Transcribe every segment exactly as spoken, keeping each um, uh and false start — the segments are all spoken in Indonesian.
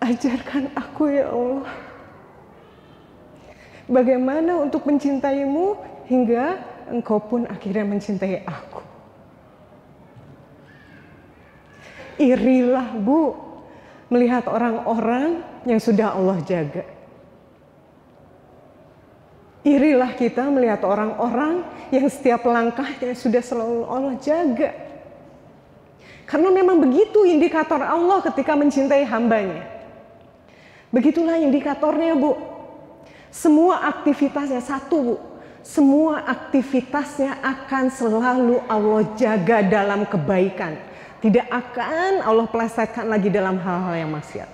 Ajarkan aku ya Allah, bagaimana untuk mencintaimu hingga engkau pun akhirnya mencintai aku. Irilah Bu, melihat orang-orang yang sudah Allah jaga. Irilah kita melihat orang-orang yang setiap langkahnya sudah selalu Allah jaga. Karena memang begitu indikator Allah ketika mencintai hambanya. Begitulah indikatornya Bu. Semua aktivitasnya satu Bu. Semua aktivitasnya akan selalu Allah jaga dalam kebaikan. Tidak akan Allah plesetkan lagi dalam hal-hal yang maksiat.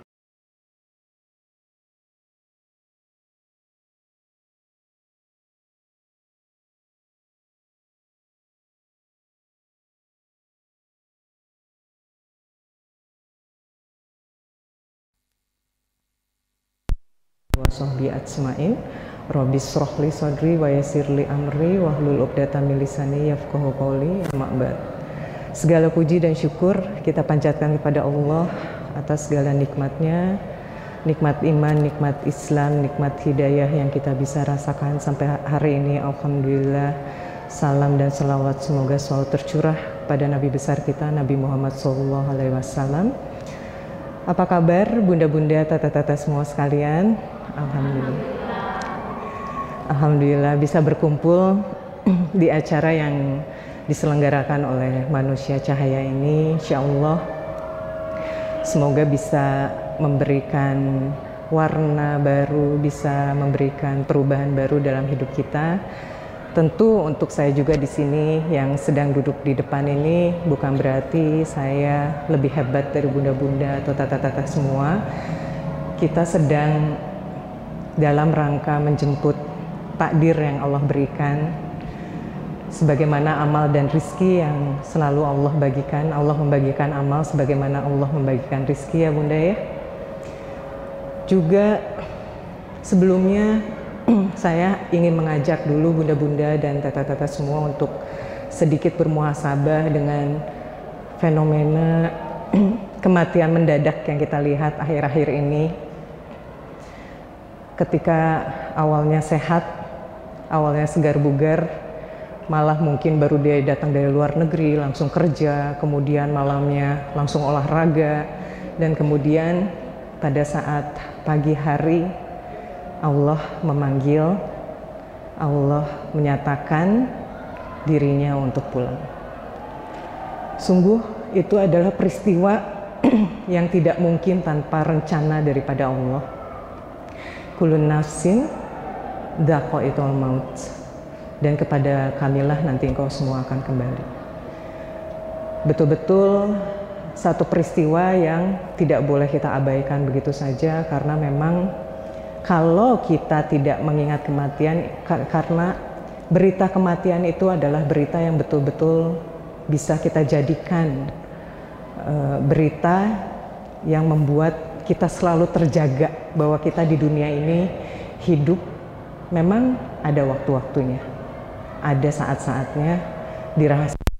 Wa sahbi ajmain. Rabbi shrahli sadri wa yassirli amri wahlul uqdatam min lisani yafqahu qawli. Amma ba'd. Segala puji dan syukur kita panjatkan kepada Allah atas segala nikmatnya, nikmat iman, nikmat Islam, nikmat hidayah yang kita bisa rasakan sampai hari ini. Alhamdulillah, salam dan salawat semoga selalu tercurah pada Nabi besar kita, Nabi Muhammad shallallahu alaihi wasallam. Apa kabar bunda-bunda, tata-tata semua sekalian? Alhamdulillah. Alhamdulillah bisa berkumpul di acara yang diselenggarakan oleh Manusia Cahaya ini. Insya Allah semoga bisa memberikan warna baru, bisa memberikan perubahan baru dalam hidup kita. Tentu untuk saya juga di sini yang sedang duduk di depan ini bukan berarti saya lebih hebat dari bunda-bunda atau tata-tata semua. Kita sedang dalam rangka menjemput takdir yang Allah berikan, sebagaimana amal dan rizki yang selalu Allah bagikan. Allah membagikan amal sebagaimana Allah membagikan rizki ya bunda ya. Juga sebelumnya saya ingin mengajak dulu bunda-bunda dan tata-tata semua untuk sedikit bermuhasabah dengan fenomena kematian mendadak yang kita lihat akhir-akhir ini. Ketika awalnya sehat, awalnya segar bugar, malah mungkin baru dia datang dari luar negeri langsung kerja, kemudian malamnya langsung olahraga, dan kemudian pada saat pagi hari Allah memanggil, Allah menyatakan dirinya untuk pulang. Sungguh itu adalah peristiwa yang tidak mungkin tanpa rencana daripada Allah. Kulun nafsin dha'iqatul maut, dan kepada kamilah nanti engkau semua akan kembali. Betul-betul satu peristiwa yang tidak boleh kita abaikan begitu saja, karena memang kalau kita tidak mengingat kematian, karena berita kematian itu adalah berita yang betul-betul bisa kita jadikan uh, berita yang membuat kita selalu terjaga bahwa kita di dunia ini hidup memang ada waktu-waktunya, ada saat-saatnya dirahasiakan,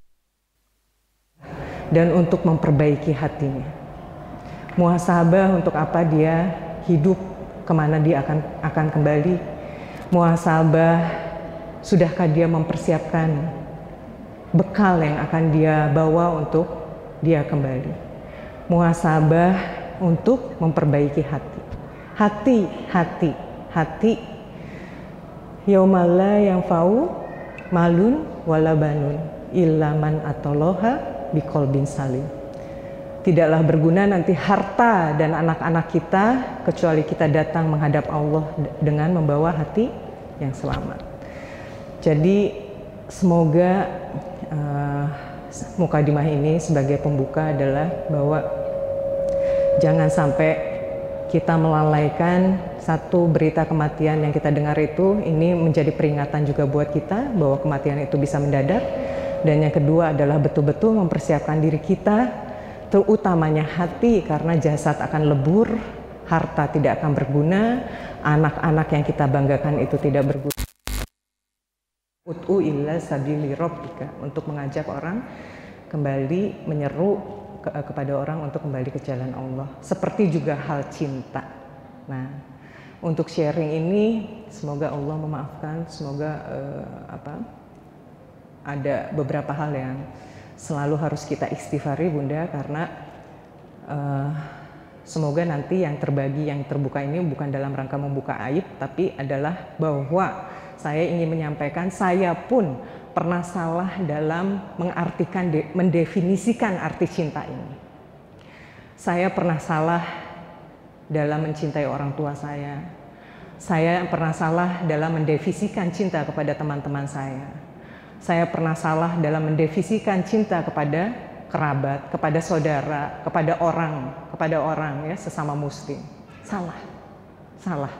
dan untuk memperbaiki hatinya. Muhasabah untuk apa dia hidup, kemana dia akan akan kembali. Muhasabah, sudahkah dia mempersiapkan bekal yang akan dia bawa untuk dia kembali. Muhasabah untuk memperbaiki hati. Hati, hati, hati. Yaumala yang fau malun wala banun illa man ataloha biqalbin salim. Tidaklah berguna nanti harta dan anak-anak kita kecuali kita datang menghadap Allah dengan membawa hati yang selamat. Jadi semoga uh, mukadimah ini sebagai pembuka adalah bahwa jangan sampai kita melalaikan satu berita kematian yang kita dengar itu. Ini menjadi peringatan juga buat kita bahwa kematian itu bisa mendadak. Dan yang kedua adalah betul-betul mempersiapkan diri kita, terutamanya hati, karena jasad akan lebur, harta tidak akan berguna, anak-anak yang kita banggakan itu tidak berguna. Ud'u illa sabili rabbika, untuk mengajak orang kembali menyeru ke, kepada orang untuk kembali ke jalan Allah. Seperti juga hal cinta. Nah, untuk sharing ini semoga Allah memaafkan, semoga uh, apa ada beberapa hal yang selalu harus kita istighfari Bunda, karena uh, semoga nanti yang terbagi, yang terbuka ini bukan dalam rangka membuka aib, tapi adalah bahwa saya ingin menyampaikan saya pun pernah salah dalam mengartikan, mendefinisikan arti cinta ini. Saya pernah salah dalam mencintai orang tua saya. Saya pernah salah dalam mendefinisikan cinta kepada teman-teman saya. Saya pernah salah dalam mendefinisikan cinta kepada kerabat, kepada saudara, kepada orang, kepada orang ya, sesama muslim. Salah. Salah.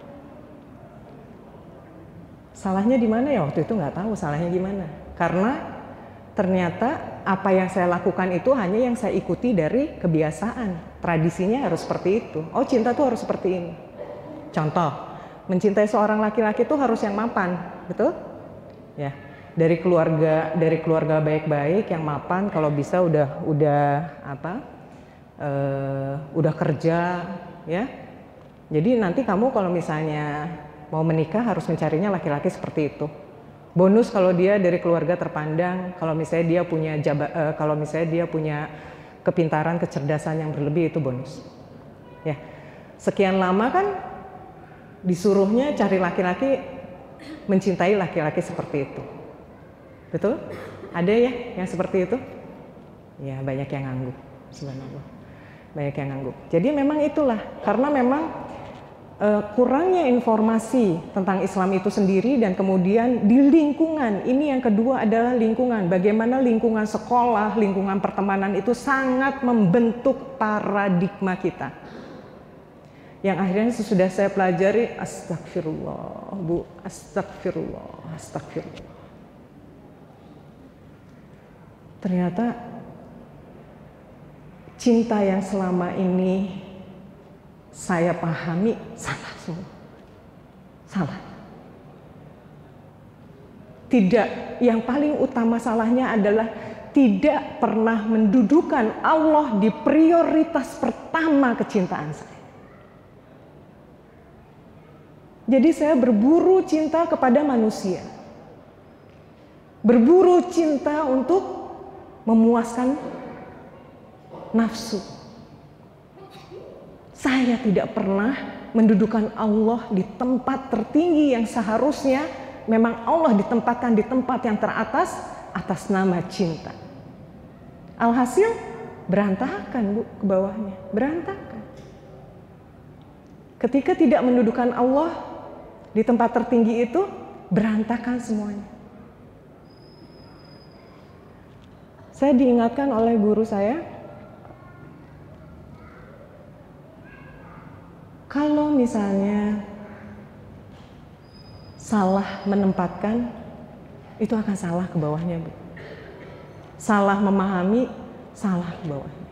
Salahnya di mana ya? Waktu itu nggak tahu salahnya gimana. Karena ternyata apa yang saya lakukan itu hanya yang saya ikuti dari kebiasaan. Tradisinya harus seperti itu. Oh, cinta tuh harus seperti ini. Contoh, mencintai seorang laki-laki itu harus yang mapan, betul? Ya. Dari keluarga dari keluarga baik-baik yang mapan, kalau bisa udah udah apa uh, udah kerja ya. Jadi nanti kamu kalau misalnya mau menikah harus mencarinya laki-laki seperti itu. Bonus kalau dia dari keluarga terpandang, kalau misalnya dia punya jaba, uh, kalau misalnya dia punya kepintaran, kecerdasan yang berlebih, itu bonus. Ya. Sekian lama kan disuruhnya cari laki-laki, mencintai laki-laki seperti itu. Betul? Ada ya yang seperti itu? Ya, banyak yang ngangguk. Subhanallah. Banyak yang ngangguk. Jadi memang itulah, karena memang uh, kurangnya informasi tentang Islam itu sendiri, dan kemudian di lingkungan, ini yang kedua adalah lingkungan. Bagaimana lingkungan sekolah, lingkungan pertemanan itu sangat membentuk paradigma kita. Yang akhirnya sesudah saya pelajari, astagfirullah, Bu, astagfirullah, astagfirullah. Ternyata cinta yang selama ini saya pahami salah semua. Salah. Tidak, yang paling utama salahnya adalah tidak pernah mendudukan Allah di prioritas pertama kecintaan saya. Jadi saya berburu cinta kepada manusia. Berburu cinta untuk memuaskan nafsu. Saya tidak pernah mendudukan Allah di tempat tertinggi yang seharusnya memang Allah ditempatkan di tempat yang teratas atas nama cinta. Alhasil berantakan, Bu, ke bawahnya. Berantakan. Ketika tidak mendudukan Allah di tempat tertinggi itu, berantakan semuanya. Saya diingatkan oleh guru saya, kalau misalnya salah menempatkan, itu akan salah ke bawahnya, Bu. Salah memahami, salah ke bawahnya.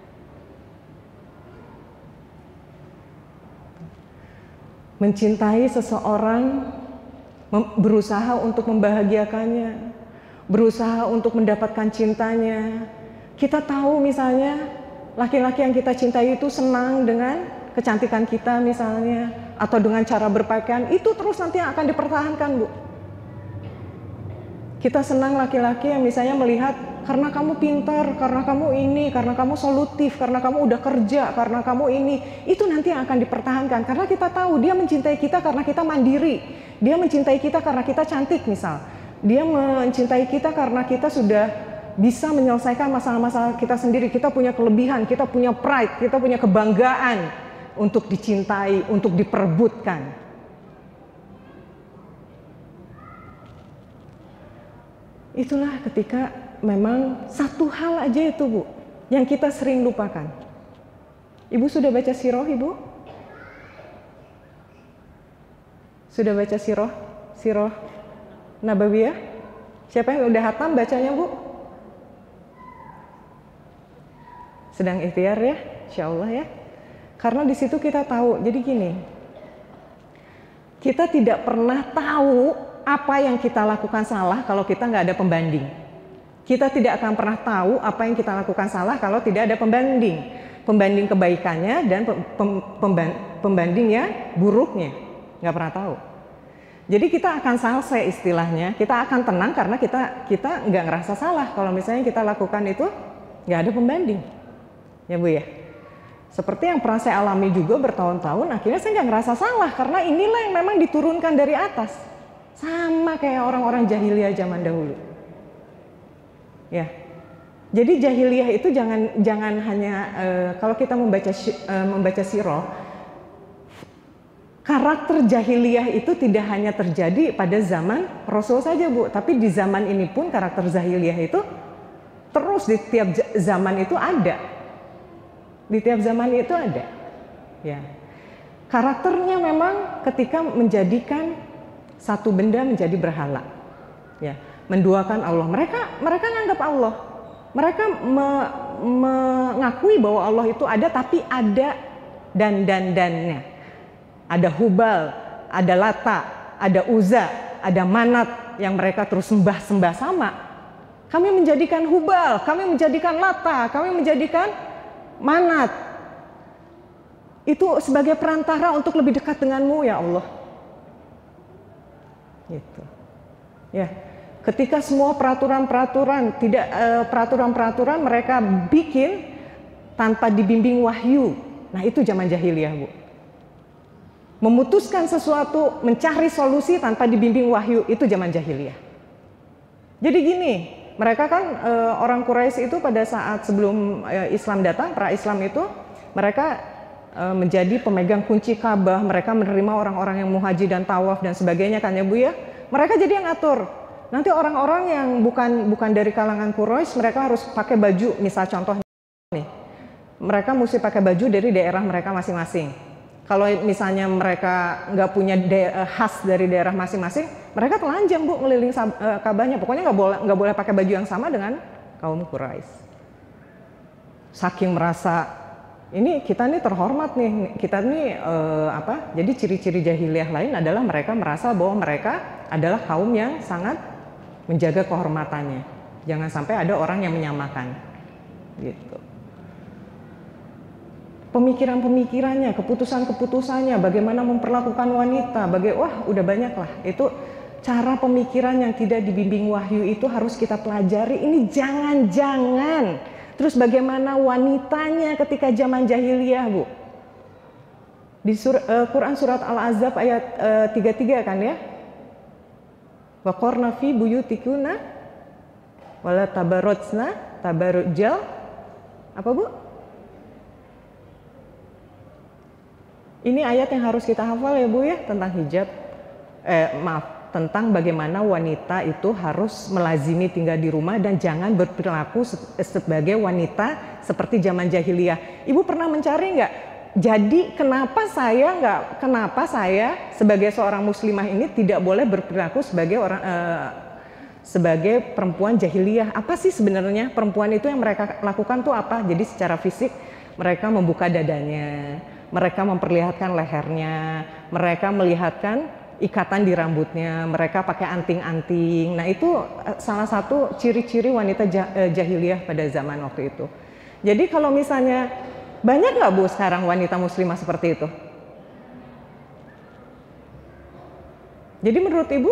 Mencintai seseorang, berusaha untuk membahagiakannya, berusaha untuk mendapatkan cintanya. Kita tahu misalnya laki-laki yang kita cintai itu senang dengan kecantikan kita misalnya, atau dengan cara berpakaian, itu terus nanti akan dipertahankan, Bu. Kita senang laki-laki yang misalnya melihat karena kamu pintar, karena kamu ini, karena kamu solutif, karena kamu udah kerja, karena kamu ini, itu nanti yang akan dipertahankan. Karena kita tahu dia mencintai kita karena kita mandiri, dia mencintai kita karena kita cantik misal. Dia mencintai kita karena kita sudah bisa menyelesaikan masalah-masalah kita sendiri. Kita punya kelebihan, kita punya pride, kita punya kebanggaan untuk dicintai, untuk diperebutkan. Itulah ketika memang satu hal aja itu, Bu, yang kita sering lupakan. Ibu sudah baca sirah, Ibu? Sudah baca sirah? Sirah Nabawiyah? Siapa yang udah hatam bacanya, Bu? Sedang ikhtiar ya, insya Allah ya. Karena di situ kita tahu, jadi gini, kita tidak pernah tahu apa yang kita lakukan salah kalau kita nggak ada pembanding. Kita tidak akan pernah tahu apa yang kita lakukan salah kalau tidak ada pembanding. Pembanding kebaikannya dan pembandingnya buruknya. Nggak pernah tahu. Jadi kita akan selesai istilahnya, kita akan tenang karena kita kita nggak ngerasa salah. Kalau misalnya kita lakukan itu nggak ada pembanding. Ya Bu ya. Seperti yang pernah saya alami juga bertahun-tahun, akhirnya saya nggak ngerasa salah karena inilah yang memang diturunkan dari atas. Sama kayak orang-orang jahiliyah zaman dahulu. Ya, jadi jahiliyah itu jangan jangan hanya uh, kalau kita membaca uh, membaca sirah, karakter jahiliyah itu tidak hanya terjadi pada zaman Rasul saja Bu, tapi di zaman ini pun karakter jahiliyah itu terus di tiap zaman itu ada, di tiap zaman itu ada. Ya, karakternya memang ketika menjadikan satu benda menjadi berhala. Ya. Menduakan Allah, mereka mereka nganggap Allah, mereka me, mengakui bahwa Allah itu ada, tapi ada dan dan dannya, ada Hubal, ada Lata, ada Uzza, ada Manat yang mereka terus sembah sembah sama. Kami menjadikan Hubal, kami menjadikan Lata, kami menjadikan Manat itu sebagai perantara untuk lebih dekat denganmu ya Allah. Gitu, ya. Ketika semua peraturan-peraturan tidak uh, peraturan-peraturan mereka bikin tanpa dibimbing wahyu. Nah, itu zaman jahiliyah, Bu. Memutuskan sesuatu, mencari solusi tanpa dibimbing wahyu, itu zaman jahiliyah. Jadi gini, mereka kan uh, orang Quraisy itu pada saat sebelum uh, Islam datang, pra-Islam itu mereka uh, menjadi pemegang kunci Ka'bah, mereka menerima orang-orang yang mau haji dan tawaf dan sebagainya kan ya Bu ya. Mereka jadi yang ngatur. Nanti orang-orang yang bukan bukan dari kalangan Quraisy mereka harus pakai baju, misal contoh nih, mereka mesti pakai baju dari daerah mereka masing-masing. Kalau misalnya mereka nggak punya khas dari daerah masing-masing, mereka telanjang Bu ngeliling uh, Ka'bahnya. Pokoknya nggak boleh nggak boleh pakai baju yang sama dengan kaum Quraisy. Saking merasa ini kita nih terhormat nih, kita nih uh, apa? Jadi ciri-ciri jahiliyah lain adalah mereka merasa bahwa mereka adalah kaum yang sangat menjaga kehormatannya, jangan sampai ada orang yang menyamakan, gitu. Pemikiran-pemikirannya, keputusan-keputusannya, bagaimana memperlakukan wanita, bagai wah udah banyak lah. Itu cara pemikiran yang tidak dibimbing wahyu itu harus kita pelajari. Ini jangan-jangan. Terus bagaimana wanitanya ketika zaman jahiliyah Bu? Di sur, uh, Quran surat Al-Ahzab ayat uh, tiga puluh tiga kan ya? Wa qarna fi buyutikuna wala tabarrujna tabarrujal apa Bu? Ini ayat yang harus kita hafal ya Bu ya, tentang hijab. Eh maaf, tentang bagaimana wanita itu harus melazimi tinggal di rumah dan jangan berperilaku sebagai wanita seperti zaman jahiliyah. Ibu pernah mencari nggak? Jadi kenapa saya nggak, kenapa saya sebagai seorang muslimah ini tidak boleh berperilaku sebagai orang uh, sebagai perempuan jahiliyah? Apa sih sebenarnya perempuan itu yang mereka lakukan tuh apa? Jadi secara fisik mereka membuka dadanya, mereka memperlihatkan lehernya, mereka melihatkan ikatan di rambutnya, mereka pakai anting-anting. Nah itu salah satu ciri-ciri wanita jahiliyah pada zaman waktu itu. Jadi kalau misalnya banyak nggak Bu sekarang wanita muslimah seperti itu? Jadi menurut Ibu?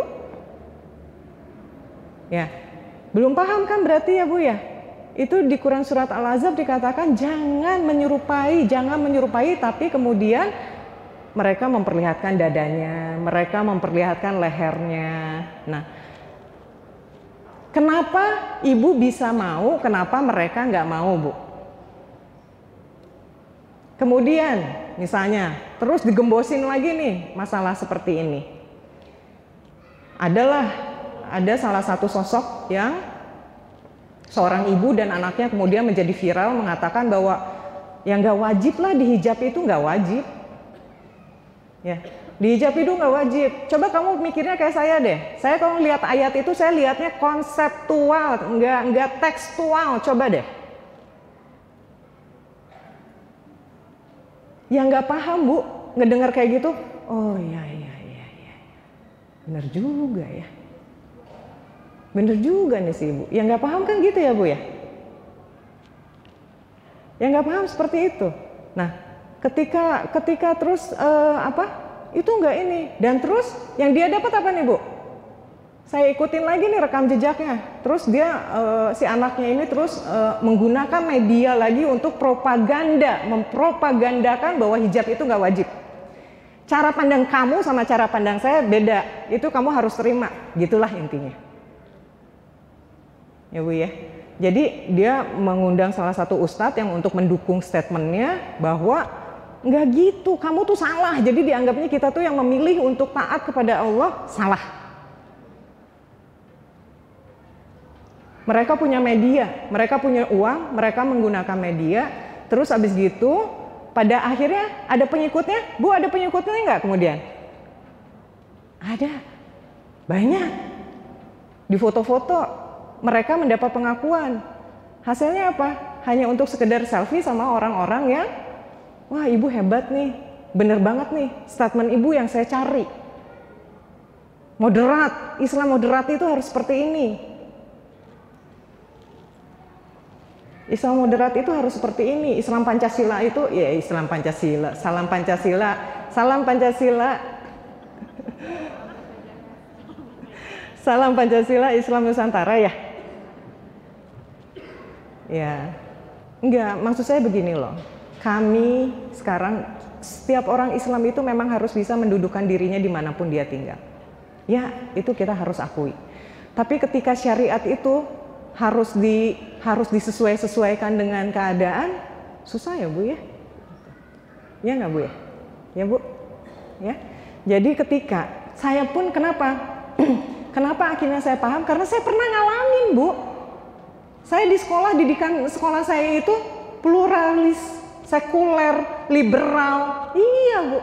Ya, belum paham kan berarti ya Bu ya? Itu di Quran surat Al-Ahzab dikatakan jangan menyerupai, jangan menyerupai, tapi kemudian mereka memperlihatkan dadanya, mereka memperlihatkan lehernya. Nah, kenapa Ibu bisa mau, kenapa mereka nggak mau Bu? Kemudian misalnya terus digembosin lagi nih masalah seperti ini. Adalah ada salah satu sosok yang seorang ibu dan anaknya kemudian menjadi viral mengatakan bahwa yang nggak wajib lah dihijab itu nggak wajib. Ya, dihijab itu nggak wajib. Coba kamu mikirnya kayak saya deh. Saya kalau lihat ayat itu saya lihatnya konseptual, nggak nggak tekstual. Coba deh. Yang nggak paham Bu, ngedengar kayak gitu, oh iya iya iya iya, benar juga ya. Bener juga nih si ibu. Yang nggak paham kan gitu ya bu ya? Yang nggak paham seperti itu. Nah, ketika ketika terus uh, apa? Itu nggak ini. Dan terus yang dia dapat apa nih bu? Saya ikutin lagi nih rekam jejaknya. Terus dia uh, si anaknya ini terus uh, menggunakan media lagi untuk propaganda, mempropagandakan bahwa hijab itu nggak wajib. Cara pandang kamu sama cara pandang saya beda. Itu kamu harus terima. Gitulah intinya. Ya bu ya. Jadi dia mengundang salah satu ustadz yang untuk mendukung statementnya bahwa nggak gitu, kamu tuh salah. Jadi dianggapnya kita tuh yang memilih untuk taat kepada Allah salah. Mereka punya media, mereka punya uang, mereka menggunakan media. Terus habis gitu, pada akhirnya ada pengikutnya. Bu, ada pengikutnya nggak kemudian? Ada, banyak. Di foto-foto, mereka mendapat pengakuan. Hasilnya apa? Hanya untuk sekedar selfie sama orang-orang yang, wah ibu hebat nih, bener banget nih, statement ibu yang saya cari. Moderat, Islam moderat itu harus seperti ini. Islam moderat itu harus seperti ini. Islam Pancasila itu, ya Islam Pancasila, salam Pancasila, salam Pancasila, salam Pancasila, Islam Nusantara ya. Ya, enggak, maksud saya begini loh. Kami sekarang, setiap orang Islam itu memang harus bisa mendudukan dirinya dimanapun dia tinggal. Ya, itu kita harus akui. Tapi ketika syariat itu harus di harus disesuai-sesuaikan dengan keadaan, susah ya bu ya? Ya nggak bu ya? Ya bu? Ya. Jadi ketika saya pun kenapa? Kenapa akhirnya saya paham? Karena saya pernah ngalamin bu. Saya di sekolah, didikan sekolah saya itu pluralis, sekuler, liberal. Iya bu.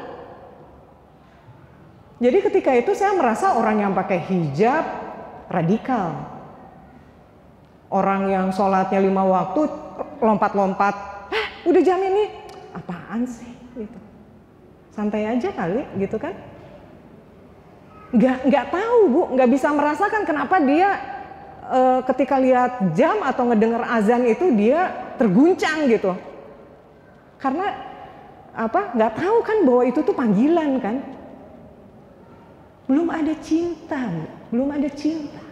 Jadi ketika itu saya merasa orang yang pakai hijab radikal. Orang yang sholatnya lima waktu lompat-lompat, hah udah jam ini, apaan sih? Gitu. Santai aja kali, gitu kan? Nggak nggak tahu bu, nggak bisa merasakan kenapa dia e, ketika lihat jam atau ngedenger azan itu dia terguncang gitu. Karena apa? Nggak tahu kan bahwa itu tuh panggilan kan? Belum ada cinta, bu. belum ada cinta.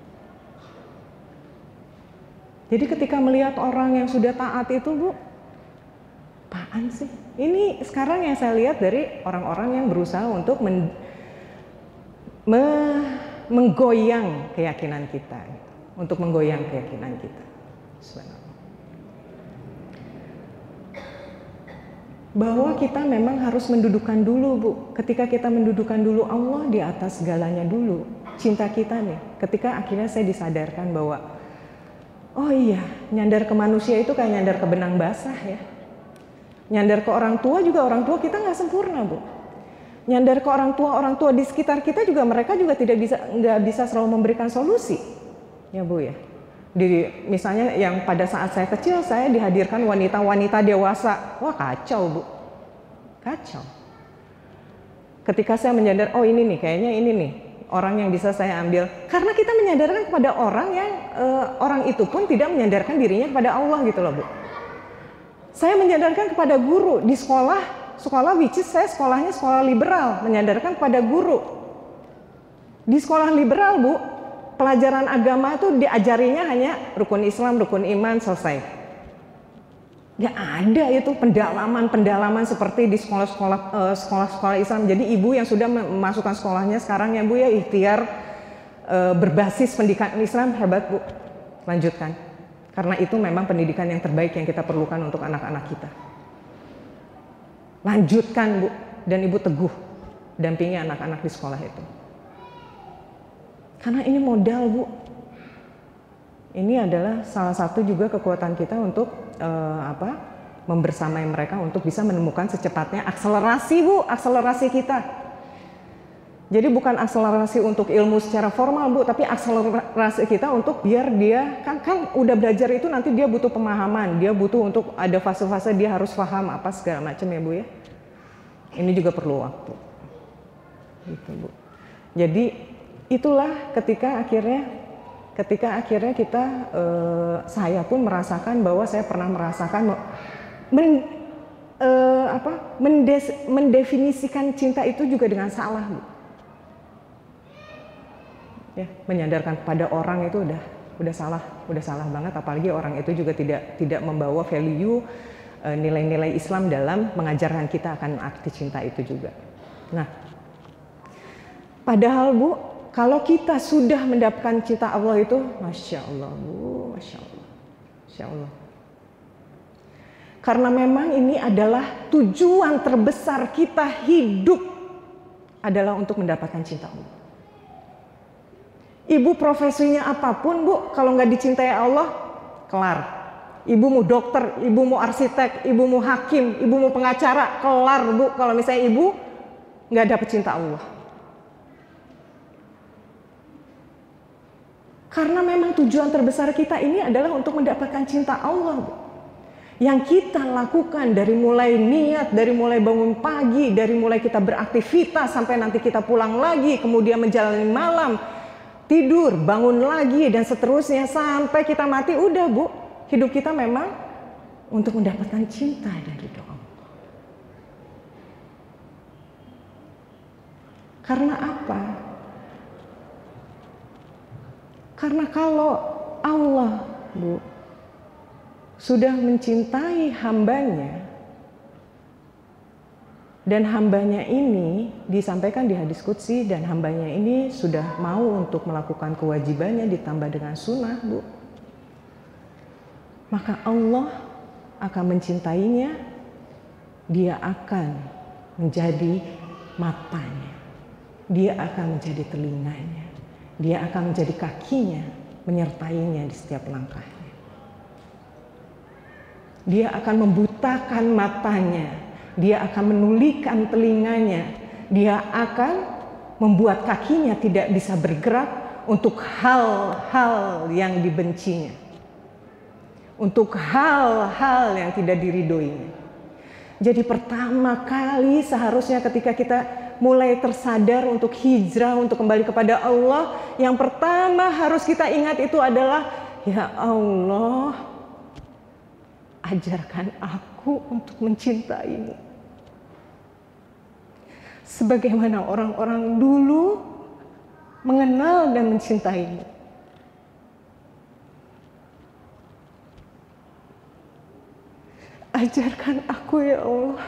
Jadi ketika melihat orang yang sudah taat itu bu, apaan sih? Ini sekarang yang saya lihat dari orang-orang yang berusaha untuk men, me, menggoyang keyakinan kita, untuk menggoyang keyakinan kita. Bahwa kita memang harus mendudukan dulu bu. Ketika kita mendudukan dulu Allah di atas segalanya dulu, cinta kita nih. Ketika akhirnya saya disadarkan bahwa oh iya, nyandar ke manusia itu kayak nyandar ke benang basah ya. Nyandar ke orang tua juga, orang tua kita nggak sempurna bu. Nyandar ke orang tua, orang tua di sekitar kita juga, mereka juga tidak bisa, nggak bisa selalu memberikan solusi. Ya bu ya. Di, misalnya yang pada saat saya kecil, saya dihadirkan wanita-wanita dewasa. Wah kacau bu. Kacau. Ketika saya menyadar, oh ini nih, kayaknya ini nih. Orang yang bisa saya ambil, karena kita menyadarkan kepada orang yang uh, orang itu pun tidak menyadarkan dirinya kepada Allah gitu loh bu. Saya menyadarkan kepada guru di sekolah, sekolah which is saya sekolahnya sekolah liberal, menyadarkan kepada guru. Di sekolah liberal bu, pelajaran agama itu diajarinya hanya rukun Islam, rukun iman, selesai. Gak ada itu pendalaman-pendalaman seperti di sekolah-sekolah uh, sekolah-sekolah Islam. Jadi ibu yang sudah memasukkan sekolahnya sekarang ya bu ya ikhtiar uh, berbasis pendidikan Islam, hebat bu. Lanjutkan. Karena itu memang pendidikan yang terbaik yang kita perlukan untuk anak-anak kita. Lanjutkan bu. Dan ibu teguh dampingi anak-anak di sekolah itu. Karena ini modal bu. Ini adalah salah satu juga kekuatan kita untuk uh, apa, membersamai mereka untuk bisa menemukan secepatnya akselerasi bu, akselerasi kita. Jadi bukan akselerasi untuk ilmu secara formal bu, tapi akselerasi kita untuk biar dia kan kan udah belajar itu nanti dia butuh pemahaman, dia butuh untuk ada fase-fase dia harus paham apa segala macam ya bu ya. Ini juga perlu waktu. Gitu bu. Jadi itulah ketika akhirnya ketika akhirnya kita, eh, saya pun merasakan bahwa saya pernah merasakan men, eh, apa, mendes, mendefinisikan cinta itu juga dengan salah, Bu. Ya, menyandarkan pada orang itu udah udah salah, udah salah banget. Apalagi orang itu juga tidak tidak membawa value, eh, nilai-nilai Islam dalam mengajarkan kita akan arti cinta itu juga. Nah, padahal Bu, kalau kita sudah mendapatkan cinta Allah itu, Masya Allah Bu, Masya Allah, Masya Allah. Karena memang ini adalah tujuan terbesar kita hidup adalah untuk mendapatkan cinta Allah. Ibu profesinya apapun Bu, kalau nggak dicintai Allah, kelar. Ibu mau dokter, ibu mau arsitek, ibu mau hakim, ibu mau pengacara, kelar Bu. Kalau misalnya ibu nggak dapet cinta Allah. Karena memang tujuan terbesar kita ini adalah untuk mendapatkan cinta Allah, Bu. Yang kita lakukan dari mulai niat, dari mulai bangun pagi, dari mulai kita beraktivitas sampai nanti kita pulang lagi, kemudian menjalani malam, tidur, bangun lagi, dan seterusnya sampai kita mati, udah Bu. Hidup kita memang untuk mendapatkan cinta dari doa. Karena apa? Karena kalau Allah, Bu, sudah mencintai hambanya, dan hambanya ini disampaikan di hadis qudsi, dan hambanya ini sudah mau untuk melakukan kewajibannya ditambah dengan sunnah, Bu, maka Allah akan mencintainya. Dia akan menjadi matanya, dia akan menjadi telinganya, dia akan menjadi kakinya, menyertainya di setiap langkahnya. Dia akan membutakan matanya, dia akan menulikan telinganya, dia akan membuat kakinya tidak bisa bergerak untuk hal-hal yang dibencinya, untuk hal-hal yang tidak diridoinya. Jadi pertama kali seharusnya ketika kita mulai tersadar untuk hijrah, untuk kembali kepada Allah, yang pertama harus kita ingat itu adalah, ya Allah, ajarkan aku untuk mencintaimu sebagaimana orang-orang dulu mengenal dan mencintaimu. Ajarkan aku ya Allah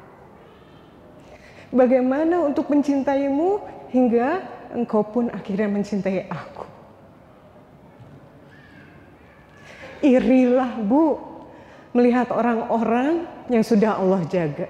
bagaimana untuk mencintaimu hingga engkau pun akhirnya mencintai aku. Irilah Bu melihat orang-orang yang sudah Allah jaga.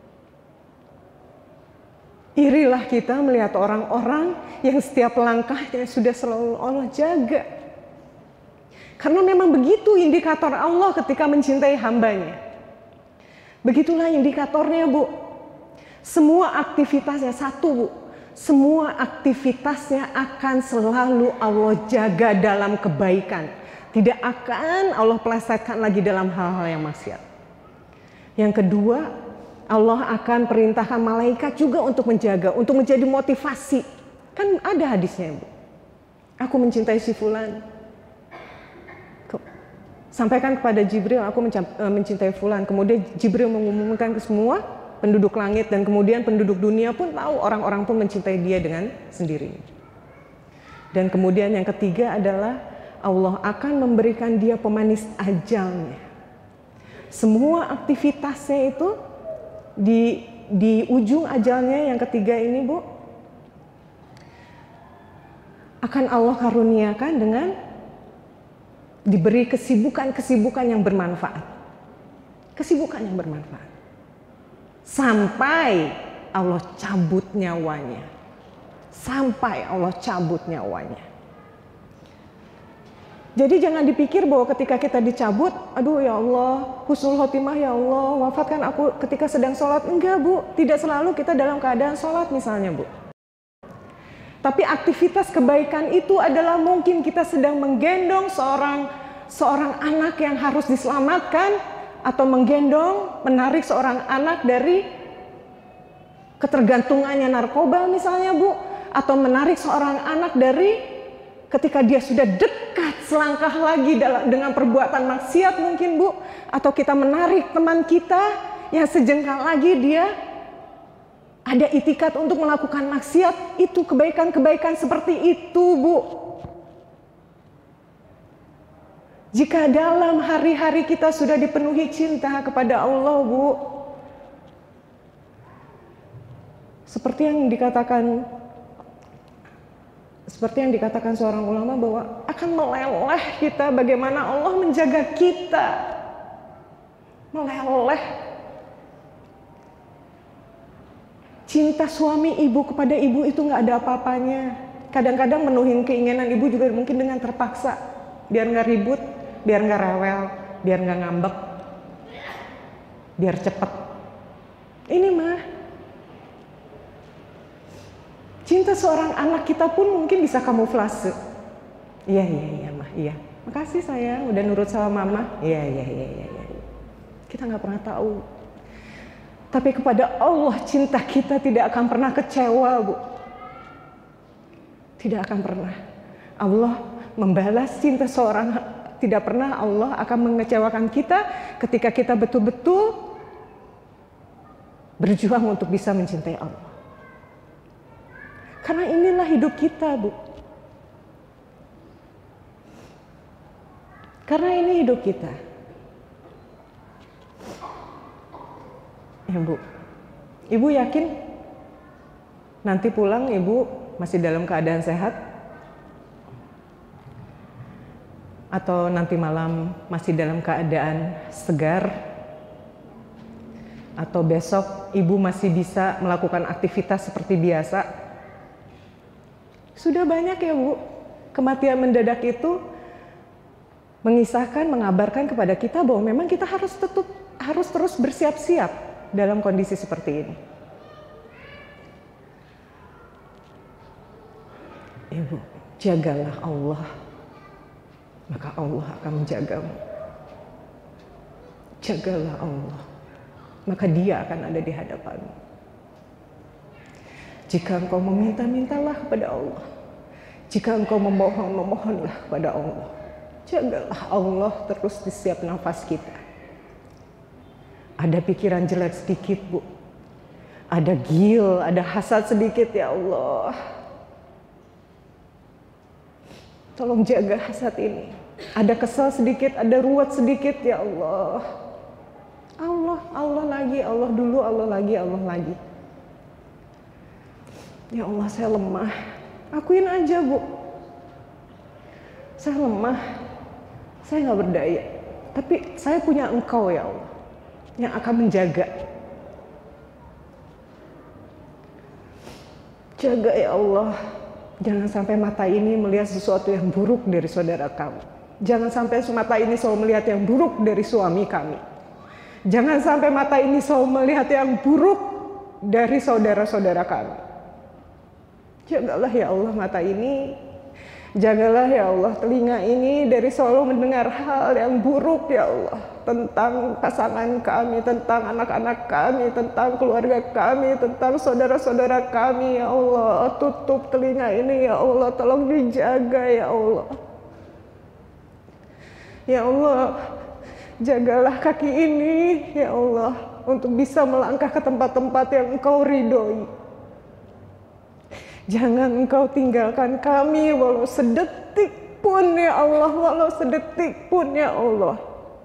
Irilah kita melihat orang-orang yang setiap langkahnya sudah selalu Allah jaga. Karena memang begitu indikator Allah ketika mencintai hambanya. Begitulah indikatornya Bu. Semua aktivitasnya satu Bu. Semua aktivitasnya akan selalu Allah jaga dalam kebaikan. Tidak akan Allah plesetkan lagi dalam hal-hal yang maksiat. Yang kedua, Allah akan perintahkan malaikat juga untuk menjaga, untuk menjadi motivasi. Kan ada hadisnya Bu. Aku mencintai si fulan. Sampaikan kepada Jibril, aku mencintai fulan. Kemudian Jibril mengumumkan ke semua penduduk langit, dan kemudian penduduk dunia pun tahu, orang-orang pun mencintai dia dengan sendirinya. Dan kemudian yang ketiga adalah Allah akan memberikan dia pemanis ajalnya. Semua aktivitasnya itu di di ujung ajalnya yang ketiga ini Bu, akan Allah karuniakan dengan diberi kesibukan-kesibukan yang bermanfaat. Kesibukan yang bermanfaat. Sampai Allah cabut nyawanya. Sampai Allah cabut nyawanya. Jadi jangan dipikir bahwa ketika kita dicabut, aduh ya Allah, husnul khotimah ya Allah, wafatkan aku ketika sedang sholat. Enggak Bu, tidak selalu kita dalam keadaan sholat misalnya Bu. Tapi aktivitas kebaikan itu adalah mungkin kita sedang menggendong seorang seorang anak yang harus diselamatkan, atau menggendong, menarik seorang anak dari ketergantungannya narkoba misalnya Bu, atau menarik seorang anak dari ketika dia sudah dekat selangkah lagi dengan perbuatan maksiat mungkin Bu, atau kita menarik teman kita yang sejengkal lagi dia ada itikat untuk melakukan maksiat, itu kebaikan-kebaikan seperti itu Bu. Jika dalam hari-hari kita sudah dipenuhi cinta kepada Allah Bu, seperti yang dikatakan seperti yang dikatakan seorang ulama bahwa akan meleleh kita bagaimana Allah menjaga kita. Meleleh. Cinta suami ibu kepada ibu itu nggak ada apa-apanya. Kadang-kadang menuhin keinginan ibu juga mungkin dengan terpaksa, biar nggak ribut, biar nggak rewel, biar nggak ngambek, biar cepet. Ini mah cinta seorang anak kita pun mungkin bisa kamuflase. Iya iya iya mah iya. Makasih sayang udah nurut sama mama. Iya iya iya iya. iya. Kita nggak pernah tahu. Tapi kepada Allah cinta kita tidak akan pernah kecewa Bu. Tidak akan pernah. Allah membalas cinta seorang. Tidak pernah Allah akan mengecewakan kita ketika kita betul-betul berjuang untuk bisa mencintai Allah. Karena inilah hidup kita Bu. Karena ini hidup kita. Ya Bu, Ibu yakin nanti pulang Ibu masih dalam keadaan sehat? Atau nanti malam masih dalam keadaan segar? Atau besok Ibu masih bisa melakukan aktivitas seperti biasa? Sudah banyak ya Bu, kematian mendadak itu mengisahkan, mengabarkan kepada kita bahwa memang kita harus tetap harus terus bersiap-siap dalam kondisi seperti ini. Ibu, jagalah Allah, maka Allah akan menjagamu. Jagalah Allah, maka Dia akan ada di hadapanmu. Jika engkau meminta, mintalah kepada Allah. Jika engkau memohon, memohonlah kepada Allah. Jagalah Allah terus di setiap nafas kita. Ada pikiran jelek sedikit Bu, ada gil, ada hasad sedikit ya Allah. Tolong jaga hasad ini. Ada kesal sedikit, ada ruwet sedikit ya Allah. Allah, Allah lagi, Allah dulu, Allah lagi, Allah lagi. Ya Allah, saya lemah. Akuin aja Bu. Saya lemah. Saya nggak berdaya. Tapi saya punya Engkau ya Allah, yang akan menjaga. Jaga ya Allah. Jangan sampai mata ini melihat sesuatu yang buruk dari saudara kamu. Jangan sampai mata ini selalu melihat yang buruk dari suami kami. Jangan sampai mata ini selalu melihat yang buruk dari saudara-saudara kami. Jagalah ya Allah mata ini. Jagalah ya Allah telinga ini dari selalu mendengar hal yang buruk ya Allah. Tentang pasangan kami, tentang anak-anak kami, tentang keluarga kami, tentang saudara-saudara kami ya Allah. Tutup telinga ini ya Allah, tolong dijaga ya Allah. Ya Allah, jagalah kaki ini ya Allah, untuk bisa melangkah ke tempat-tempat yang Engkau ridhoi. Jangan Engkau tinggalkan kami walau sedetik pun ya Allah, walau sedetik pun ya Allah.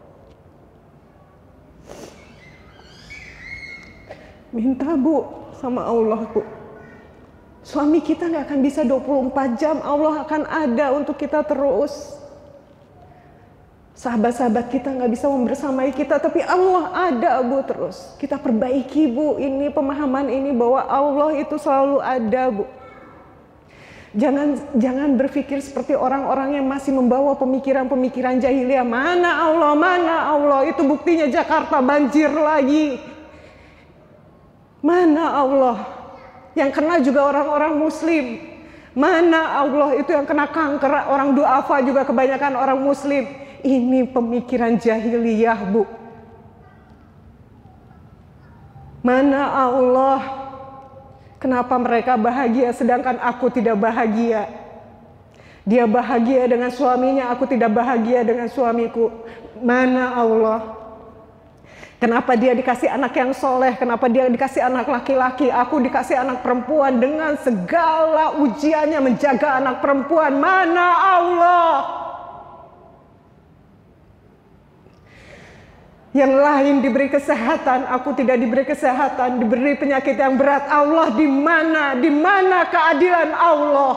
Minta Bu sama Allah Bu. Suami kita gak akan bisa dua puluh empat jam, Allah akan ada untuk kita terus. Sahabat-sahabat kita gak bisa membersamai kita, tapi Allah ada Bu terus. Kita perbaiki Bu ini, pemahaman ini bahwa Allah itu selalu ada Bu. Jangan jangan berpikir seperti orang-orang yang masih membawa pemikiran-pemikiran jahiliyah. Mana Allah, mana Allah, itu buktinya Jakarta banjir lagi. Mana Allah, yang kena juga orang-orang muslim. Mana Allah, itu yang kena kanker, orang duafa juga kebanyakan orang muslim. Ini pemikiran jahiliyah Bu. Mana Allah, kenapa mereka bahagia sedangkan aku tidak bahagia? Dia bahagia dengan suaminya, aku tidak bahagia dengan suamiku. Mana Allah? Kenapa dia dikasih anak yang soleh? Kenapa dia dikasih anak laki-laki? Aku dikasih anak perempuan dengan segala ujiannya menjaga anak perempuan. Mana Allah? Yang lain diberi kesehatan, aku tidak diberi kesehatan, diberi penyakit yang berat. Allah di mana? Di mana keadilan Allah?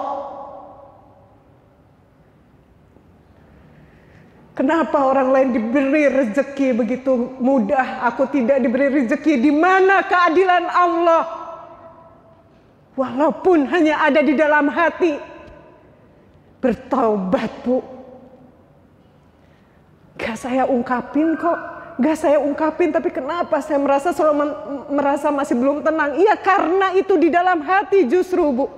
Kenapa orang lain diberi rezeki begitu mudah, aku tidak diberi rezeki? Di mana keadilan Allah? Walaupun hanya ada di dalam hati. Bertaubat, Bu. Gak saya ungkapin kok, gak saya ungkapin, tapi kenapa saya merasa selalu merasa masih belum tenang? Iya, karena itu di dalam hati justru, Bu.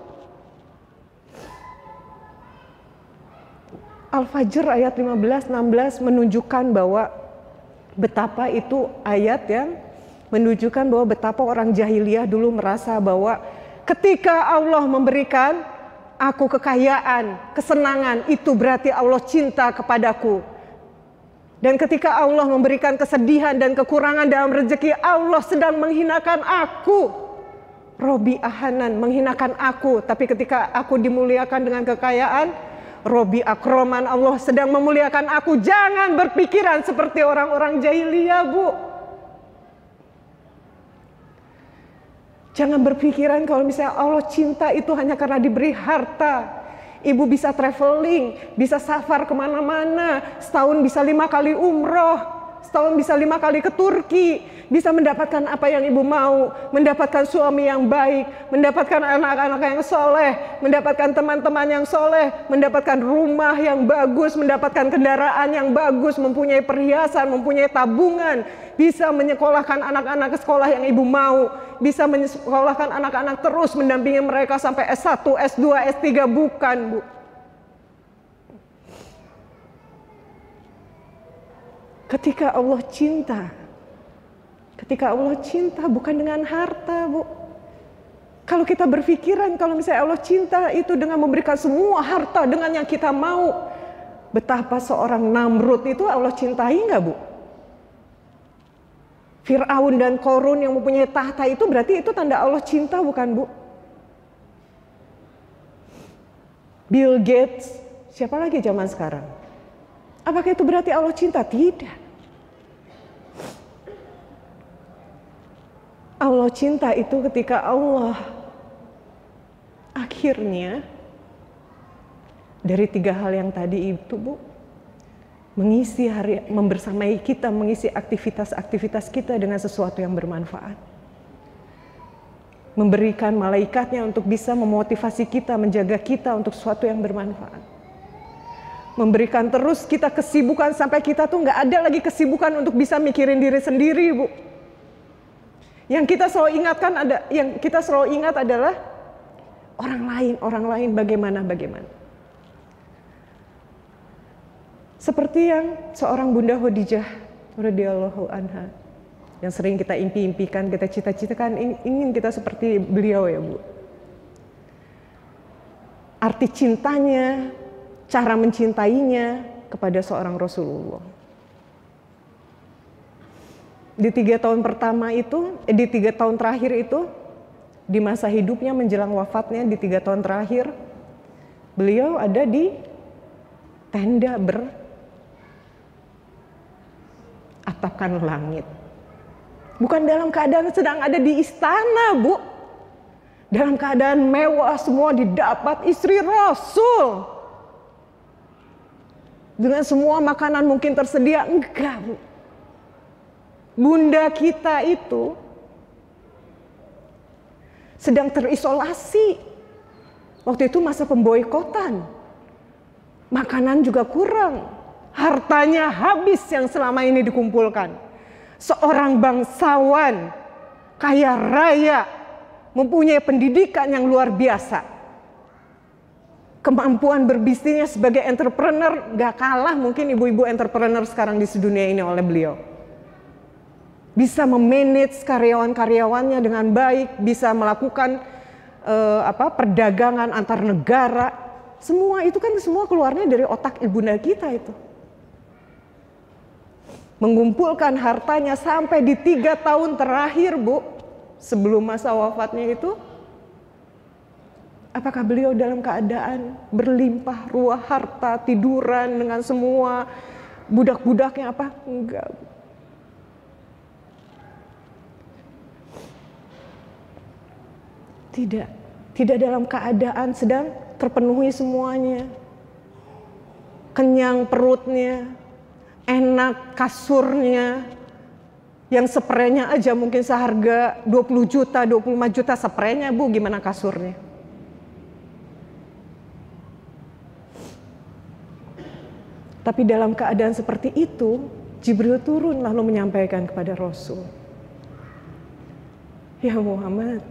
Al-Fajr ayat lima belas enam belas menunjukkan bahwa betapa itu ayat yang menunjukkan bahwa betapa orang jahiliyah dulu merasa bahwa ketika Allah memberikan aku kekayaan, kesenangan, itu berarti Allah cinta kepadaku. Dan ketika Allah memberikan kesedihan dan kekurangan dalam rezeki, Allah sedang menghinakan aku. Robi ahanan, menghinakan aku. Tapi ketika aku dimuliakan dengan kekayaan, Robi akroman, Allah sedang memuliakan aku. Jangan berpikiran seperti orang-orang jahiliyah, Bu. Jangan berpikiran kalau misalnya Allah cinta itu hanya karena diberi harta. Ibu bisa traveling, bisa safar kemana-mana, setahun bisa lima kali umroh, setahun bisa lima kali ke Turki, bisa mendapatkan apa yang ibu mau, mendapatkan suami yang baik, mendapatkan anak-anak yang soleh, mendapatkan teman-teman yang soleh, mendapatkan rumah yang bagus, mendapatkan kendaraan yang bagus, mempunyai perhiasan, mempunyai tabungan, bisa menyekolahkan anak-anak ke sekolah yang ibu mau, bisa menyekolahkan anak-anak terus mendampingi mereka sampai S satu, S dua, S tiga, bukan, Bu. Ketika Allah cinta, ketika Allah cinta bukan dengan harta, Bu. Kalau kita berpikiran kalau misalnya Allah cinta itu dengan memberikan semua harta dengan yang kita mau, betapa seorang Namrud itu Allah cintai nggak, Bu? Fir'aun dan Korun yang mempunyai tahta itu berarti itu tanda Allah cinta, bukan, Bu? Bill Gates, siapa lagi zaman sekarang? Apakah itu berarti Allah cinta? Tidak. Allah cinta itu ketika Allah akhirnya dari tiga hal yang tadi itu, Bu, mengisi hari, membersamai kita, mengisi aktivitas-aktivitas kita dengan sesuatu yang bermanfaat. Memberikan malaikatnya untuk bisa memotivasi kita, menjaga kita untuk sesuatu yang bermanfaat. Memberikan terus kita kesibukan sampai kita tuh nggak ada lagi kesibukan untuk bisa mikirin diri sendiri, Bu. Yang kita selalu ingatkan ada, yang kita selalu ingat adalah orang lain, orang lain bagaimana, bagaimana. Seperti yang seorang Bunda Khadijah radhiyallahu anha yang sering kita impi-impikan, kita cita-citakan, ingin kita seperti beliau, ya, Bu. Arti cintanya, cara mencintainya kepada seorang Rasulullah. Di tiga tahun pertama itu, eh, di tiga tahun terakhir itu, di masa hidupnya menjelang wafatnya di tiga tahun terakhir, beliau ada di tenda beratapkan langit. Bukan dalam keadaan sedang ada di istana, Bu. Dalam keadaan mewah, semua didapat, istri Rasul. Dengan semua makanan mungkin tersedia, enggak, Bu. Bunda kita itu sedang terisolasi. Waktu itu masa pemboikotan. Makanan juga kurang. Hartanya habis yang selama ini dikumpulkan. Seorang bangsawan, kaya raya, mempunyai pendidikan yang luar biasa. Kemampuan berbisnisnya sebagai entrepreneur gak kalah mungkin ibu-ibu entrepreneur sekarang di sedunia ini oleh beliau. Bisa memanage karyawan-karyawannya dengan baik, bisa melakukan uh, apa, perdagangan antar negara, Semua itu kan semua keluarnya dari otak ibunda kita itu. Mengumpulkan hartanya sampai di tiga tahun terakhir, Bu, sebelum masa wafatnya itu, apakah beliau dalam keadaan berlimpah ruah harta, tiduran dengan semua budak-budaknya apa? Enggak. Tidak, tidak dalam keadaan sedang terpenuhi semuanya. Kenyang perutnya, enak kasurnya, yang spraynya aja mungkin seharga dua puluh juta, dua puluh lima juta spraynya, Bu, gimana kasurnya? Tapi dalam keadaan seperti itu, Jibril turun lalu menyampaikan kepada Rasul, "Ya Muhammad,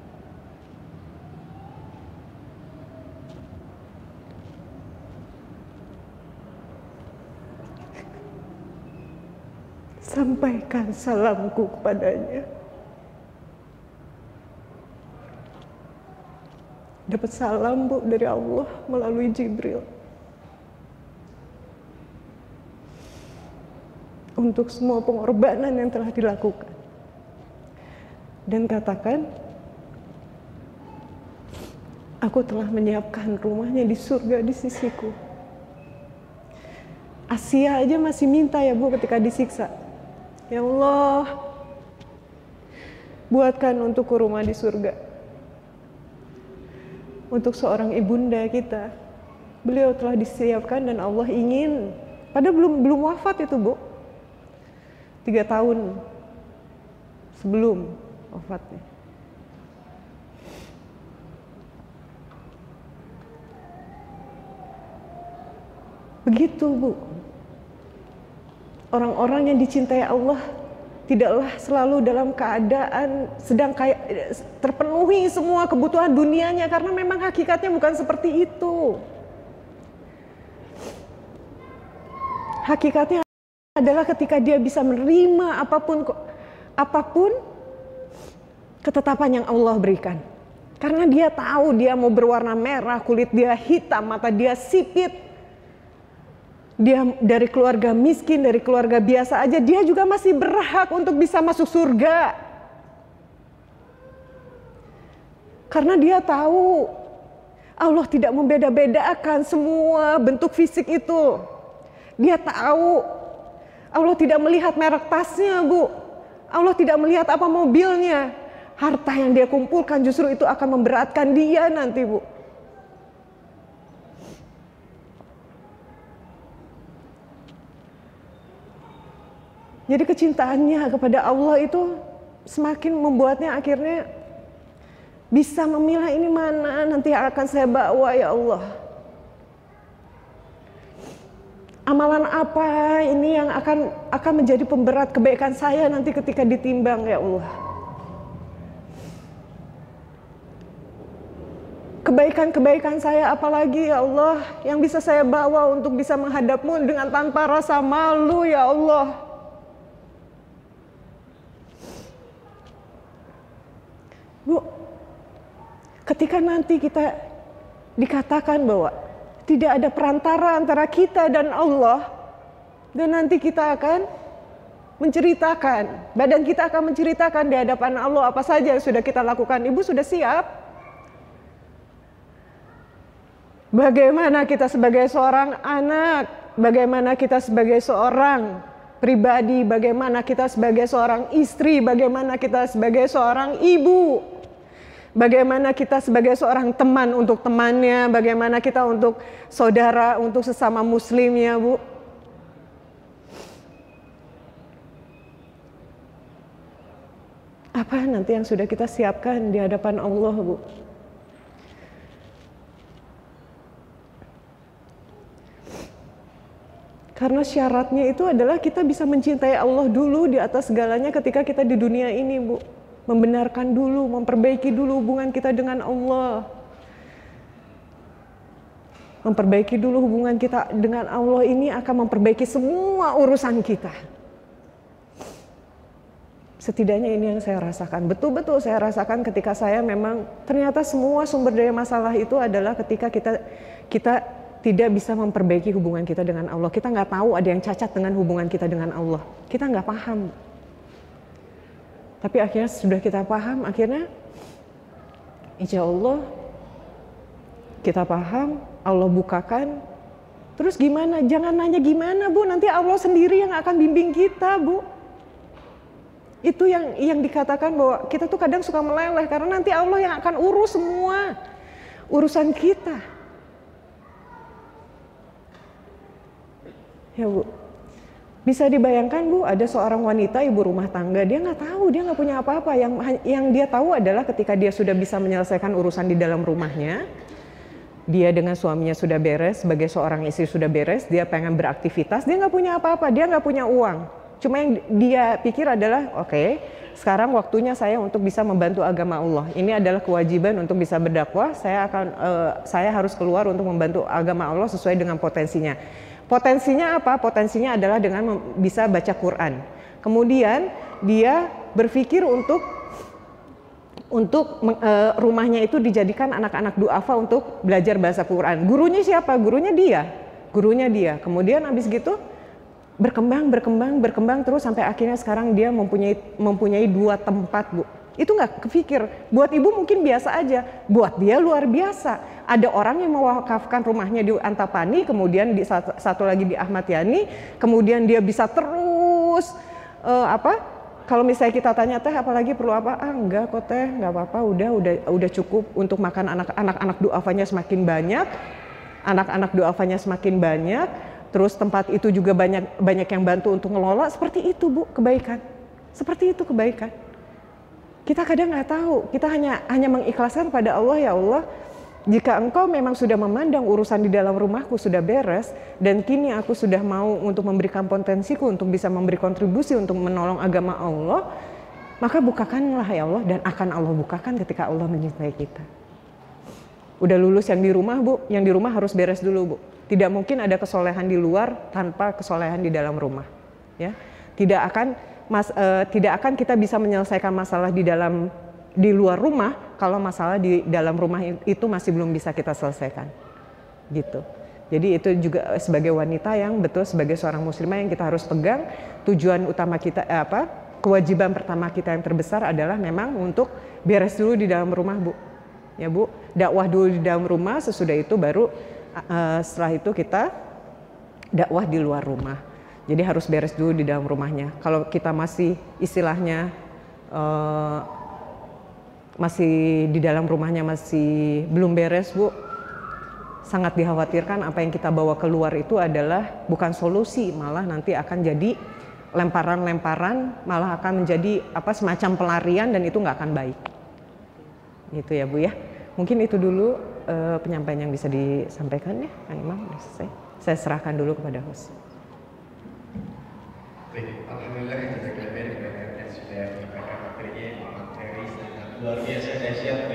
sampaikan salamku kepadanya." Dapat salam, Bu, dari Allah melalui Jibril. Untuk semua pengorbanan yang telah dilakukan. Dan katakan, aku telah menyiapkan rumahnya di surga di sisiku. Asia aja masih minta ya, Bu, ketika disiksa. Ya Allah, buatkan untukku rumah di surga. Untuk seorang ibunda kita, beliau telah disiapkan dan Allah ingin. Padahal belum belum wafat itu, Bu. Tiga tahun sebelum wafatnya. Begitu, Bu. Orang-orang yang dicintai Allah tidaklah selalu dalam keadaan sedang kayak terpenuhi semua kebutuhan dunianya, karena memang hakikatnya bukan seperti itu. Hakikatnya adalah ketika dia bisa menerima apapun apapun ketetapan yang Allah berikan. Karena dia tahu dia mau berwarna merah, kulit dia hitam, mata dia sipit. Dia dari keluarga miskin, dari keluarga biasa aja, dia juga masih berhak untuk bisa masuk surga. Karena dia tahu Allah tidak membeda-bedakan semua bentuk fisik itu. Dia tahu Allah tidak melihat merek tasnya, Bu. Allah tidak melihat apa mobilnya. Harta yang dia kumpulkan justru itu akan memberatkan dia nanti, Bu. Jadi kecintaannya kepada Allah itu semakin membuatnya akhirnya bisa memilah ini mana nanti akan saya bawa, ya Allah. Amalan apa ini yang akan akan menjadi pemberat kebaikan saya nanti ketika ditimbang, ya Allah. Kebaikan-kebaikan saya apalagi, ya Allah, yang bisa saya bawa untuk bisa menghadapmu dengan tanpa rasa malu, ya Allah. Bu, ketika nanti kita dikatakan bahwa tidak ada perantara antara kita dan Allah, dan nanti kita akan menceritakan, badan kita akan menceritakan di hadapan Allah apa saja yang sudah kita lakukan. Ibu sudah siap? Bagaimana kita sebagai seorang anak, bagaimana kita sebagai seorang pribadi, bagaimana kita sebagai seorang istri, bagaimana kita sebagai seorang ibu, bagaimana kita sebagai seorang teman untuk temannya, bagaimana kita untuk saudara, untuk sesama muslimnya, Bu. Apa nanti yang sudah kita siapkan di hadapan Allah, Bu? Karena syaratnya itu adalah kita bisa mencintai Allah dulu di atas segalanya ketika kita di dunia ini, Bu. Membenarkan dulu, memperbaiki dulu hubungan kita dengan Allah. Memperbaiki dulu hubungan kita dengan Allah ini akan memperbaiki semua urusan kita. Setidaknya ini yang saya rasakan. Betul-betul saya rasakan ketika saya memang ternyata semua sumber daya masalah itu adalah ketika kita kita tidak bisa memperbaiki hubungan kita dengan Allah. Kita nggak tahu ada yang cacat dengan hubungan kita dengan Allah. Kita nggak paham. Tapi akhirnya sudah kita paham, akhirnya insya Allah kita paham, Allah bukakan. Terus gimana? Jangan nanya gimana, Bu. Nanti Allah sendiri yang akan bimbing kita, Bu. Itu yang yang dikatakan bahwa kita tuh kadang suka meleleh karena nanti Allah yang akan urus semua urusan kita. Ya, Bu. Bisa dibayangkan, Bu, ada seorang wanita ibu rumah tangga, dia nggak tahu, dia nggak punya apa-apa. Yang yang dia tahu adalah ketika dia sudah bisa menyelesaikan urusan di dalam rumahnya, dia dengan suaminya sudah beres, sebagai seorang istri sudah beres, dia pengen beraktivitas, dia nggak punya apa-apa, dia nggak punya uang. Cuma yang dia pikir adalah, oke, okay, sekarang waktunya saya untuk bisa membantu agama Allah. Ini adalah kewajiban untuk bisa berdakwah. Saya akan, uh, saya harus keluar untuk membantu agama Allah sesuai dengan potensinya. Potensinya apa? Potensinya adalah dengan bisa baca Quran. Kemudian dia berpikir untuk untuk uh, rumahnya itu dijadikan anak-anak duafa untuk belajar bahasa Quran. Gurunya siapa? Gurunya dia. Gurunya dia. Kemudian habis gitu berkembang, berkembang, berkembang terus sampai akhirnya sekarang dia mempunyai mempunyai dua tempat, Bu. Itu nggak kepikir. Buat ibu mungkin biasa aja. Buat dia luar biasa. Ada orang yang mewakafkan rumahnya di Antapani, kemudian di satu, satu lagi di Ahmad Yani, kemudian dia bisa terus uh, apa? Kalau misalnya kita tanya teh apalagi perlu apa? Ah enggak kok teh, enggak apa-apa, udah udah udah cukup untuk makan anak-anak anak duafanya semakin banyak. Anak-anak duafanya semakin banyak, terus tempat itu juga banyak banyak yang bantu untuk ngelola. Seperti itu, Bu, kebaikan. Seperti itu kebaikan. Kita kadang nggak tahu, kita hanya hanya mengikhlaskan pada Allah, ya Allah, jika engkau memang sudah memandang urusan di dalam rumahku sudah beres, dan kini aku sudah mau untuk memberikan potensiku untuk bisa memberi kontribusi untuk menolong agama Allah, maka bukakanlah ya Allah, dan akan Allah bukakan ketika Allah menyertai kita. Udah lulus yang di rumah, Bu, yang di rumah harus beres dulu, Bu. Tidak mungkin ada kesolehan di luar tanpa kesolehan di dalam rumah. Ya, tidak akan mas, uh, tidak akan kita bisa menyelesaikan masalah di dalam di luar rumah kalau masalah di dalam rumah itu masih belum bisa kita selesaikan, gitu. Jadi itu juga sebagai wanita yang betul sebagai seorang muslimah yang kita harus pegang tujuan utama kita eh, apa kewajiban pertama kita yang terbesar adalah memang untuk beres dulu di dalam rumah, Bu. Ya, Bu, dakwah dulu di dalam rumah, sesudah itu baru uh, setelah itu kita dakwah di luar rumah. Jadi harus beres dulu di dalam rumahnya. Kalau kita masih istilahnya uh, masih di dalam rumahnya masih belum beres, Bu, sangat dikhawatirkan apa yang kita bawa keluar itu adalah bukan solusi, malah nanti akan jadi lemparan-lemparan, malah akan menjadi apa semacam pelarian dan itu nggak akan baik. Gitu ya, Bu ya. Mungkin itu dulu uh, penyampaian yang bisa disampaikan ya, Kang Imam. Selesai. Saya serahkan dulu kepada host. Baik, alhamdulillah yang sudah disampaikan materi materi sangat luar biasa dahsyat.